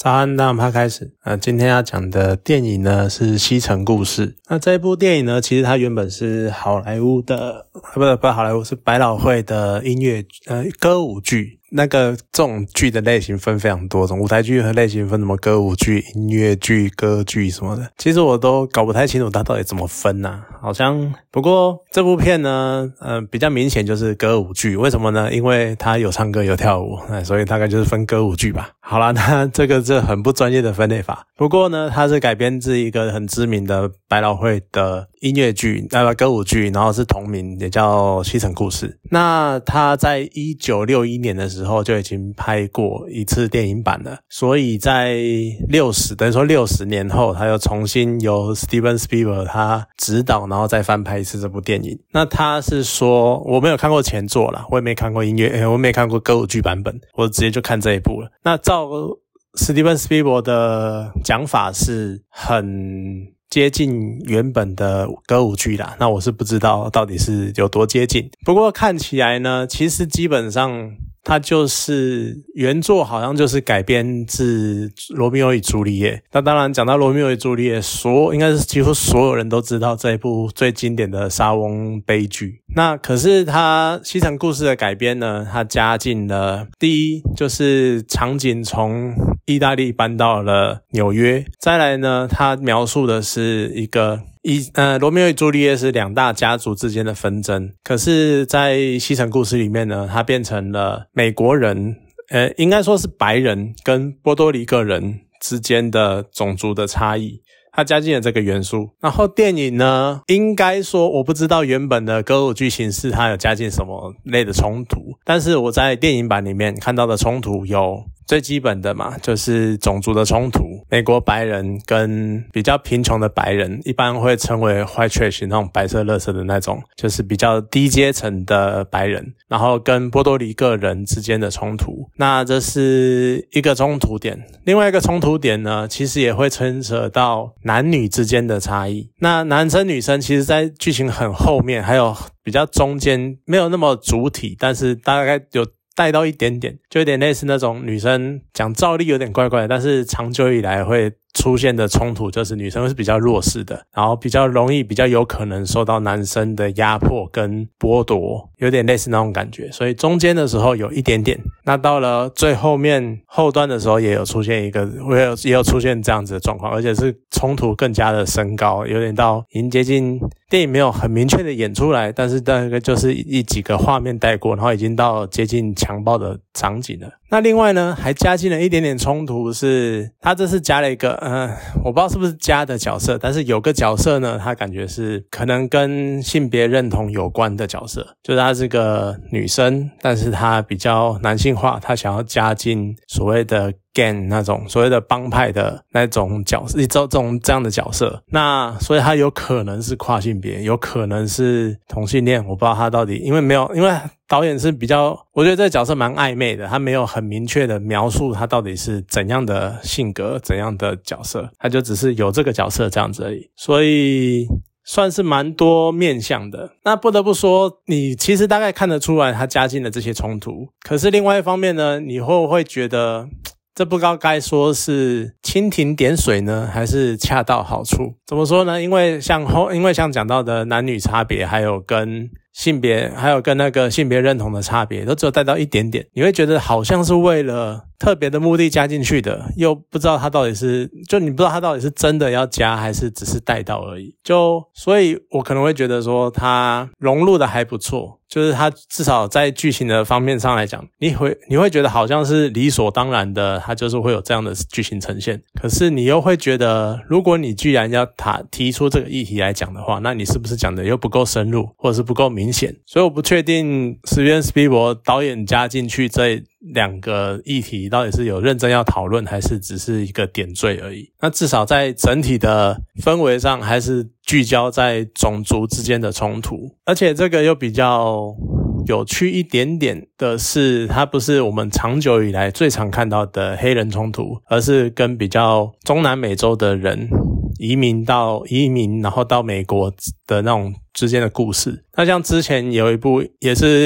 早安，那我们开始。今天要讲的电影呢是《西城故事》。那这部电影呢，其实它原本是好莱坞的，不是好莱坞，是百老汇的音乐歌舞剧。这种剧的类型分非常多种，舞台剧和类型分什么歌舞剧、音乐剧、歌剧什么的，其实我都搞不太清楚它到底怎么分啊。好像不过这部片呢比较明显就是歌舞剧。为什么呢？因为它有唱歌有跳舞，所以大概就是分歌舞剧吧。好啦，那这很不专业的分类法。不过呢，它是改编自一个很知名的百老汇的音乐剧歌舞剧，然后是同名，也叫《西城故事》。那它在1961年的时候就已经拍过一次电影版了，所以在等于说60年后，他又重新由 Steven Spielberg 他指导，然后再翻拍一次这部电影。那他是说，我没有看过前作啦，我也没看过我没看过歌舞剧版本，我直接就看这一部了。那照Steven Spielberg 的讲法是很接近原本的歌舞剧啦，那我是不知道到底是有多接近。不过看起来呢，其实基本上它就是原作好像就是改编自罗密欧与朱丽叶。那当然讲到罗密欧与朱丽叶，应该是几乎所有人都知道这一部最经典的莎翁悲剧。那可是它西城故事的改编呢，它加进了第一就是场景从意大利搬到了纽约，再来呢它描述的是一个罗密欧与朱丽叶是两大家族之间的纷争，可是在西城故事里面呢，它变成了美国人应该说是白人跟波多黎各人之间的种族的差异，它加进了这个元素。然后电影呢，应该说我不知道原本的歌舞剧形式它有加进什么类的冲突，但是我在电影版里面看到的冲突有最基本的嘛，就是种族的冲突，美国白人跟比较贫穷的白人，一般会称为 white trash 那种白色垃圾的那种，就是比较低阶层的白人，然后跟波多黎各人之间的冲突。那这是一个冲突点。另外一个冲突点呢，其实也会牵扯到男女之间的差异。那男生女生其实在剧情很后面，还有比较中间没有那么主体，但是大概有带到一点点，就有点类似那种女生讲照例有点怪怪的，但是长久以来会出现的冲突就是女生是比较弱势的，然后比较有可能受到男生的压迫跟剥夺，有点类似那种感觉。所以中间的时候有一点点，那到了最后端的时候也有出现也有出现这样子的状况，而且是冲突更加的升高，有点到已经接近，电影没有很明确的演出来，但是大概就是几个画面带过，然后已经到接近强暴的场景了。那另外呢，还加进了一点点冲突，是他这次加了一个我不知道是不是加的角色，但是有个角色呢，他感觉是可能跟性别认同有关的角色，就是她是个女生，但是她比较男性化，她想要加进所谓的gang 那种所谓的帮派的那种角色，这样的角色。那所以他有可能是跨性别，有可能是同性恋，我不知道他到底，因为导演是比较，我觉得这个角色蛮暧昧的，他没有很明确的描述他到底是怎样的性格，怎样的角色，他就只是有这个角色这样子而已。所以算是蛮多面向的。那不得不说，你其实大概看得出来他加进了这些冲突，可是另外一方面呢，你会觉得这不知道该说是蜻蜓点水呢，还是恰到好处。怎么说呢？因为像讲到的男女差别，还有跟那个性别认同的差别，都只有带到一点点，你会觉得好像是为了特别的目的加进去的，又不知道他到底是，你不知道他到底是真的要加还是只是带到而已。所以我可能会觉得说他融入的还不错，就是他至少在剧情的方面上来讲，你会觉得好像是理所当然的，他就是会有这样的剧情呈现。可是你又会觉得，如果你居然要提出这个议题来讲的话，那你是不是讲的又不够深入，或者是不够明显？所以我不确定史蒂芬斯皮伯导演加进去这两个议题到底是有认真要讨论，还是只是一个点缀而已。那至少在整体的氛围上还是聚焦在种族之间的冲突，而且这个又比较有趣一点点的是，它不是我们长久以来最常看到的黑人冲突，而是跟比较中南美洲的人移民然后到美国的那种之间的故事。那像之前有一部也是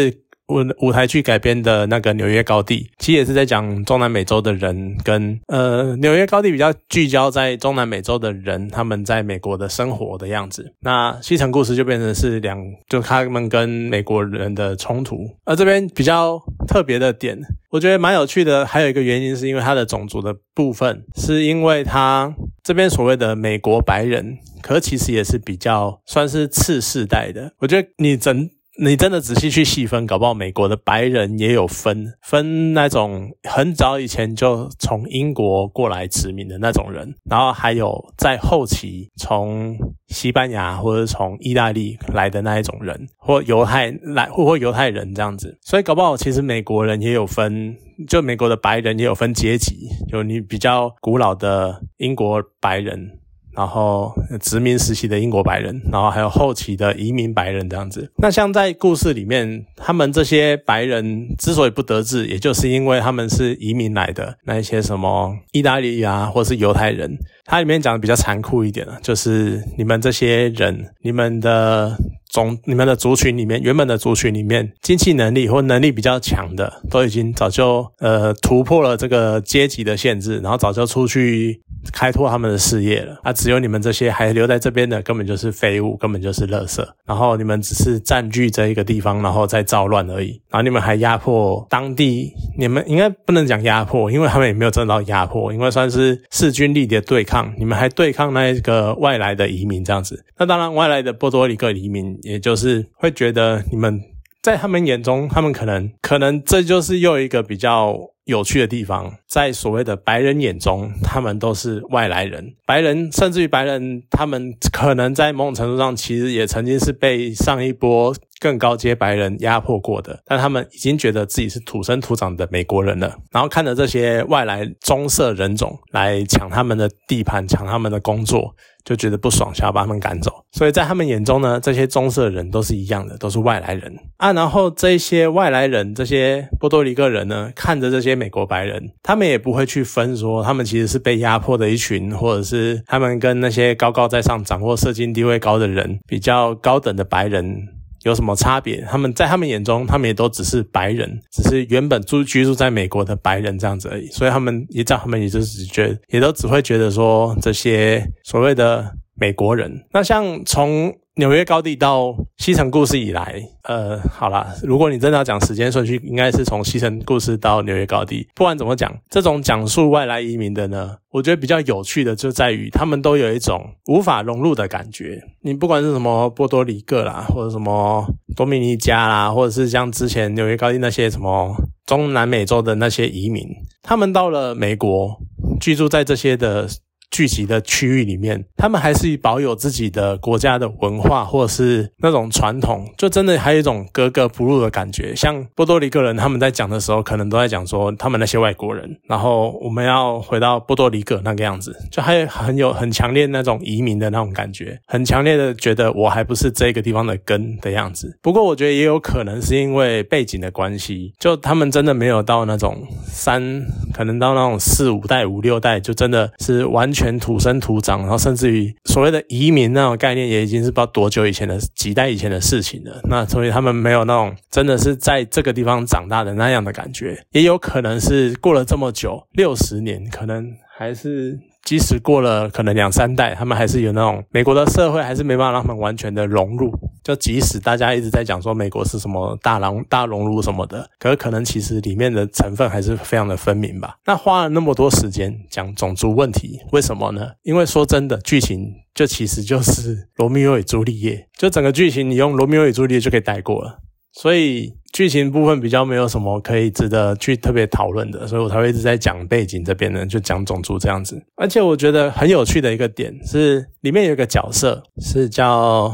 舞台剧改编的那个纽约高地，其实也是在讲中南美洲的人跟纽约高地比较聚焦在中南美洲的人他们在美国的生活的样子。那西城故事就变成是就他们跟美国人的冲突。而这边比较特别的点，我觉得蛮有趣的，还有一个原因是因为他的种族的部分，是因为他这边所谓的美国白人，可是其实也是比较算是次世代的。我觉得你真的仔细去细分，搞不好美国的白人也有分那种很早以前就从英国过来殖民的那种人，然后还有在后期从西班牙或者从意大利来的那一种人，或犹太人这样子。所以搞不好其实美国人也有分，就美国的白人也有分阶级，有你比较古老的英国白人，然后殖民时期的英国白人，然后还有后期的移民白人这样子。那像在故事里面，他们这些白人之所以不得志，也就是因为他们是移民来的，那一些什么意大利啊或是犹太人，它里面讲的比较残酷一点，就是你们这些人，你们的族群里面，原本的族群里面，经济能力或能力比较强的，都已经早就突破了这个阶级的限制，然后早就出去开拓他们的事业了。只有你们这些还留在这边的，根本就是废物，根本就是垃圾。然后你们只是占据这一个地方，然后再造乱而已。然后你们还压迫当地，你们应该不能讲压迫，因为他们也没有真的到压迫，因为算是势均力敌的对抗。你们还对抗那一个外来的移民这样子。那当然，外来的波多黎各移民，也就是会觉得你们在他们眼中，他们可能这就是又一个比较有趣的地方，在所谓的白人眼中，他们都是外来人。白人甚至于白人，他们可能在某种程度上其实也曾经是被上一波更高阶白人压迫过的，但他们已经觉得自己是土生土长的美国人了，然后看着这些外来棕色人种来抢他们的地盘，抢他们的工作，就觉得不爽，想要把他们赶走。所以在他们眼中呢，这些棕色人都是一样的，都是外来人然后这些外来人，这些波多黎各人呢，看着这些美国白人，他们也不会去分说他们其实是被压迫的一群，或者是他们跟那些高高在上掌握社经地位高的人，比较高等的白人有什么差别。他们在他们眼中，他们也都只是白人，只是原本居住在美国的白人这样子而已。所以他们也都只会觉得说这些所谓的美国人。那像从纽约高地到西城故事以来，好啦，如果你真的要讲时间顺序，应该是从西城故事到纽约高地。不管怎么讲，这种讲述外来移民的呢，我觉得比较有趣的就在于他们都有一种无法融入的感觉。你不管是什么波多黎各啦，或者什么多米尼加啦，或者是像之前纽约高地那些什么中南美洲的那些移民，他们到了美国居住在这些的聚集的区域里面，他们还是保有自己的国家的文化或者是那种传统，就真的还有一种格格不入的感觉。像波多黎各人他们在讲的时候，可能都在讲说他们那些外国人，然后我们要回到波多黎各那个样子，就还很强烈那种移民的那种感觉，很强烈的觉得我还不是这个地方的根的样子。不过我觉得也有可能是因为背景的关系，就他们真的没有到那种可能到那种4、5代、5、6代，就真的是完全土生土长，然后甚至于所谓的移民那种概念也已经是不知道多久以前的几代以前的事情了。那所以他们没有那种真的是在这个地方长大的那样的感觉。也有可能是过了这么久，60年，可能还是即使过了可能2、3代，他们还是有那种美国的社会还是没办法让他们完全的融入。就即使大家一直在讲说美国是什么大熔炉什么的，可能其实里面的成分还是非常的分明吧。那花了那么多时间讲种族问题，为什么呢？因为说真的，剧情就其实就是罗密欧与朱丽叶，就整个剧情你用罗密欧与朱丽叶就可以带过了。所以剧情部分比较没有什么可以值得去特别讨论的，所以我才会一直在讲背景这边呢，就讲种族这样子。而且我觉得很有趣的一个点是，里面有一个角色是叫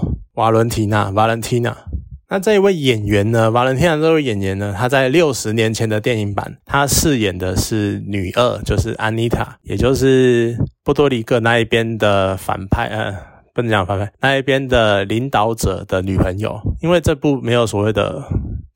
Valentina。那这一位演员呢，Valentina这位演员呢，他在60年前的电影版，他饰演的是女二，就是安妮塔，也就是波多黎各那一边的反派，不能讲反派，那一边的领导者的女朋友。因为这部没有所谓的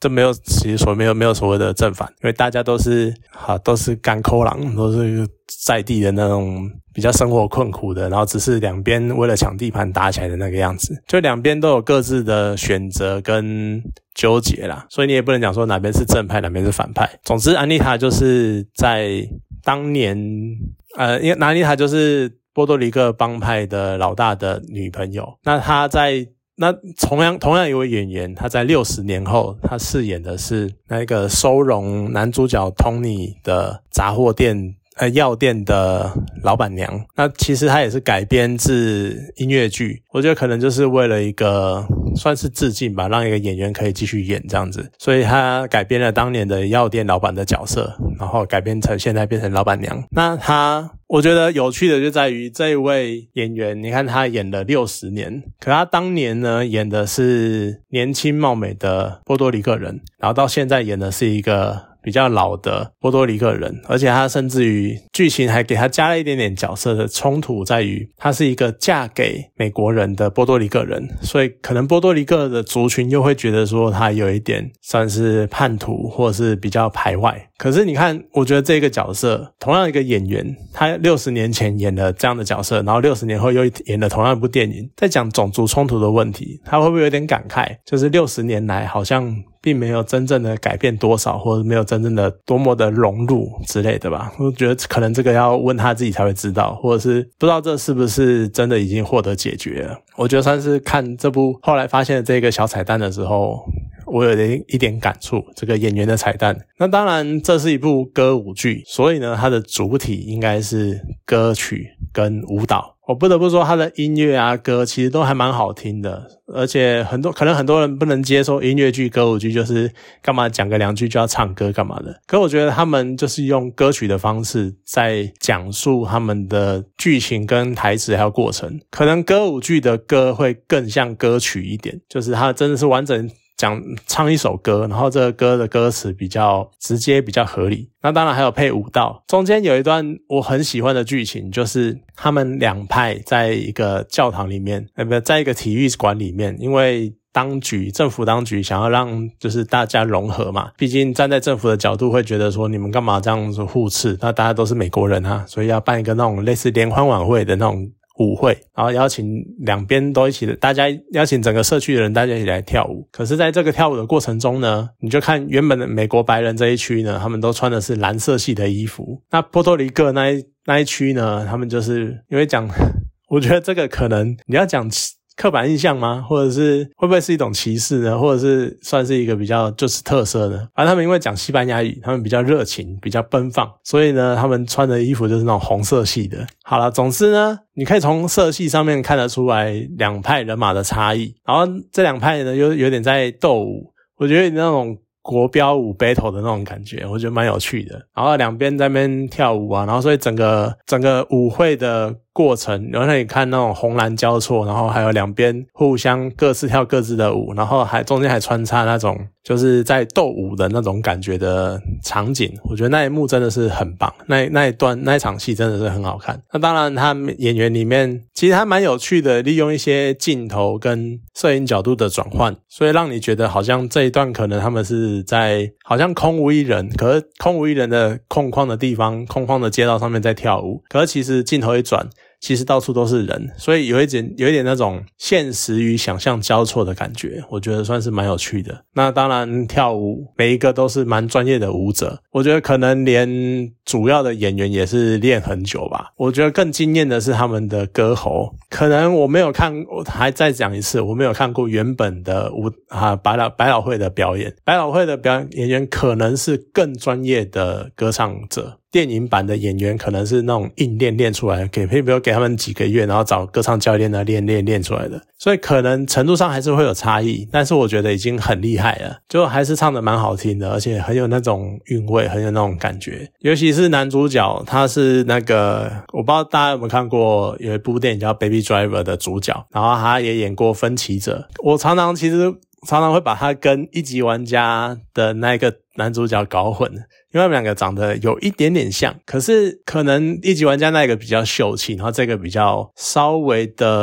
这没有其实没有所谓的正反，因为大家都是甘苦人，都是在地的那种比较生活困苦的，然后只是两边为了抢地盘打起来的那个样子，就两边都有各自的选择跟纠结啦，所以你也不能讲说哪边是正派哪边是反派。总之安妮塔就是在当年因为安妮塔就是波多黎各帮派的老大的女朋友，那同样一位演员，他在60年后，他饰演的是那个收容男主角 Tony 的杂货店药店的老板娘。那其实他也是改编自音乐剧，我觉得可能就是为了一个算是致敬吧，让一个演员可以继续演这样子，所以他改编了当年的药店老板的角色，然后改编成现在变成老板娘。那我觉得有趣的就在于这一位演员，你看他演了60年，可他当年呢演的是年轻貌美的波多黎各人，然后到现在演的是一个比较老的波多黎各人，而且他甚至于剧情还给他加了一点点角色的冲突，在于他是一个嫁给美国人的波多黎各人，所以可能波多黎各的族群又会觉得说他有一点算是叛徒或者是比较排外。可是你看，我觉得这个角色同样一个演员，他60年前演了这样的角色，然后60年后又演了同样一部电影，在讲种族冲突的问题，他会不会有点感慨，就是60年来好像并没有真正的改变多少，或者没有真正的多么的融入之类的吧。我觉得可能这个要问他自己才会知道，或者是不知道这是不是真的已经获得解决了。我觉得算是看这部后来发现这个小彩蛋的时候，我有一点感触，这个演员的彩蛋。那当然这是一部歌舞剧，所以呢它的主体应该是歌曲跟舞蹈。我不得不说他的音乐啊歌其实都还蛮好听的，而且可能很多人不能接受音乐剧歌舞剧就是干嘛讲个2句就要唱歌干嘛的，可我觉得他们就是用歌曲的方式在讲述他们的剧情跟台词还有过程。可能歌舞剧的歌会更像歌曲一点，就是它真的是完整唱一首歌，然后这个歌的歌词比较直接比较合理。那当然还有配舞蹈。中间有一段我很喜欢的剧情，就是他们两派在一个教堂里面，在一个体育馆里面，因为政府当局想要让就是大家融合嘛，毕竟站在政府的角度会觉得说你们干嘛这样子互斥，那大家都是美国人啊，所以要办一个那种类似联欢晚会的那种舞会，然后邀请两边都一起的，大家邀请整个社区的人大家一起来跳舞。可是在这个跳舞的过程中呢，你就看原本的美国白人这一区呢，他们都穿的是蓝色系的衣服，那波多黎各那一区呢，他们就是因为我觉得这个可能你要讲刻板印象吗？或者是会不会是一种歧视呢？或者是算是一个比较就是特色呢？反正他们因为讲西班牙语，他们比较热情比较奔放，所以呢他们穿的衣服就是那种红色系的。好了，总之呢你可以从色系上面看得出来两派人马的差异，然后这两派呢有点在斗舞，我觉得那种国标舞 battle 的那种感觉，我觉得蛮有趣的。然后两边在那边跳舞啊，然后所以整个舞会的过程，然后你看那种红蓝交错，然后还有两边互相各自跳各自的舞，然后中间还穿插那种就是在斗舞的那种感觉的场景，我觉得那一幕真的是很棒，那一场戏真的是很好看。那当然他演员里面其实还蛮有趣的，利用一些镜头跟摄影角度的转换，所以让你觉得好像这一段可能他们是在好像空无一人，可是空无一人的空旷的地方，空旷的街道上面在跳舞，可是其实镜头一转其实到处都是人，所以有一点那种现实与想象交错的感觉，我觉得算是蛮有趣的。那当然跳舞每一个都是蛮专业的舞者，我觉得可能连主要的演员也是练很久吧。我觉得更惊艳的是他们的歌喉，可能我没有看，我还再讲一次，我没有看过原本的百老汇的表演，百老汇的演员可能是更专业的歌唱者，电影版的演员可能是那种硬练出来的，比如给他们几个月，然后找歌唱教练来练出来的，所以可能程度上还是会有差异，但是我觉得已经很厉害了，就还是唱得蛮好听的，而且很有那种韵味，很有那种感觉。尤其是男主角，他是那个我不知道大家有没有看过有一部电影叫 Baby Driver 的主角，然后他也演过分歧者，我常常会把他跟一级玩家的那个男主角搞混，因为他们两个长得有一点点像，可是可能一级玩家那个比较秀气，然后这个比较稍微的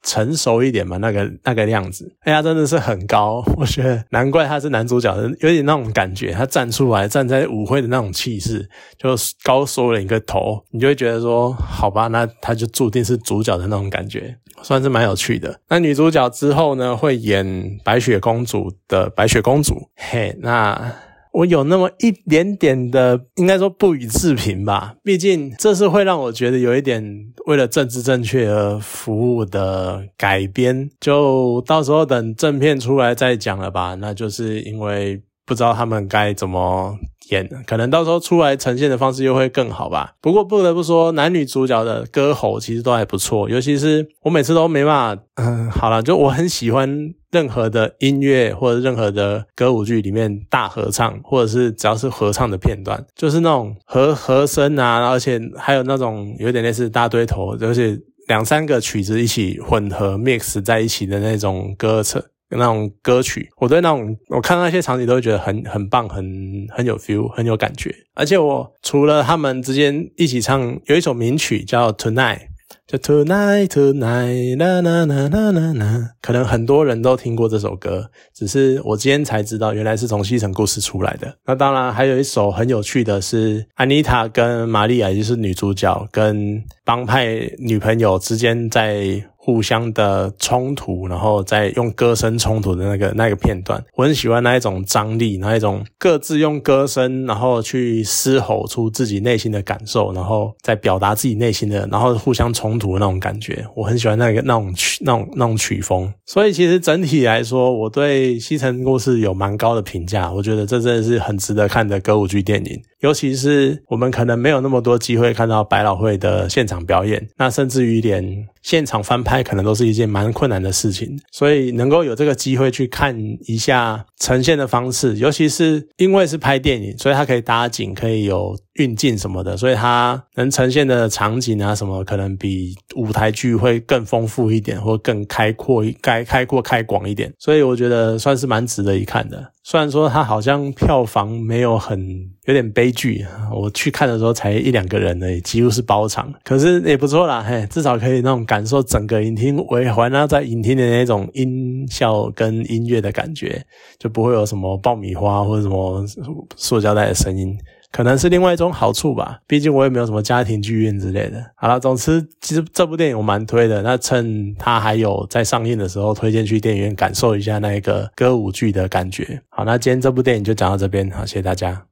成熟一点嘛，那个样子。他真的是很高，我觉得难怪他是男主角的，有点那种感觉，他站出来站在舞会的那种气势，就高缩了一个头，你就会觉得说好吧，那他就注定是主角的那种感觉，算是蛮有趣的。那女主角之后呢，会演白雪公主的白雪公主，那我有那么一点点的应该说不予置评吧，毕竟这是会让我觉得有一点为了政治正确而服务的改编，就到时候等正片出来再讲了吧。那就是因为不知道他们该怎么演，可能到时候出来呈现的方式又会更好吧。不过不得不说，男女主角的歌喉其实都还不错，尤其是我每次都没办法好啦，就我很喜欢任何的音乐或者任何的歌舞剧里面大合唱，或者是只要是合唱的片段，就是那种和声啊，而且还有那种有点类似大堆头，而且2-3个曲子一起混合 mix 在一起的那种那种歌曲，我对那种我看到那些场景都会觉得很棒，很有 feel， 很有感觉。而且我除了他们之间一起唱，有一首名曲叫 Tonight， 就 Tonight Tonight 啦啦啦啦啦啦，可能很多人都听过这首歌，只是我今天才知道原来是从西城故事出来的。那当然还有一首很有趣的是安妮塔跟玛利亚，也就是女主角跟帮派女朋友之间在互相的冲突，然后再用歌声冲突的那个片段，我很喜欢那一种张力，那一种各自用歌声然后去嘶吼出自己内心的感受，然后再表达自己内心的，然后互相冲突的那种感觉，我很喜欢那种曲风。所以其实整体来说，我对西城故事有蛮高的评价，我觉得这真的是很值得看的歌舞剧电影，尤其是我们可能没有那么多机会看到百老汇的现场表演，那甚至于连现场翻拍可能都是一件蛮困难的事情，所以能够有这个机会去看一下呈现的方式，尤其是因为是拍电影，所以它可以搭景，可以有运镜什么的，所以它能呈现的场景啊什么可能比舞台剧会更丰富一点，或更开广一点，所以我觉得算是蛮值得一看的。虽然说它好像票房没有有点悲剧，我去看的时候才1-2个人而已，几乎是包场，可是也不错啦，至少可以那种感受整个影厅环绕在影厅的那种音效跟音乐的感觉，就不会有什么爆米花或者什么塑胶袋的声音，可能是另外一种好处吧，毕竟我也没有什么家庭剧院之类的。好啦，总之其实这部电影我蛮推的，那趁它还有在上映的时候，推荐去电影院感受一下那个歌舞剧的感觉。好，那今天这部电影就讲到这边，好，谢谢大家。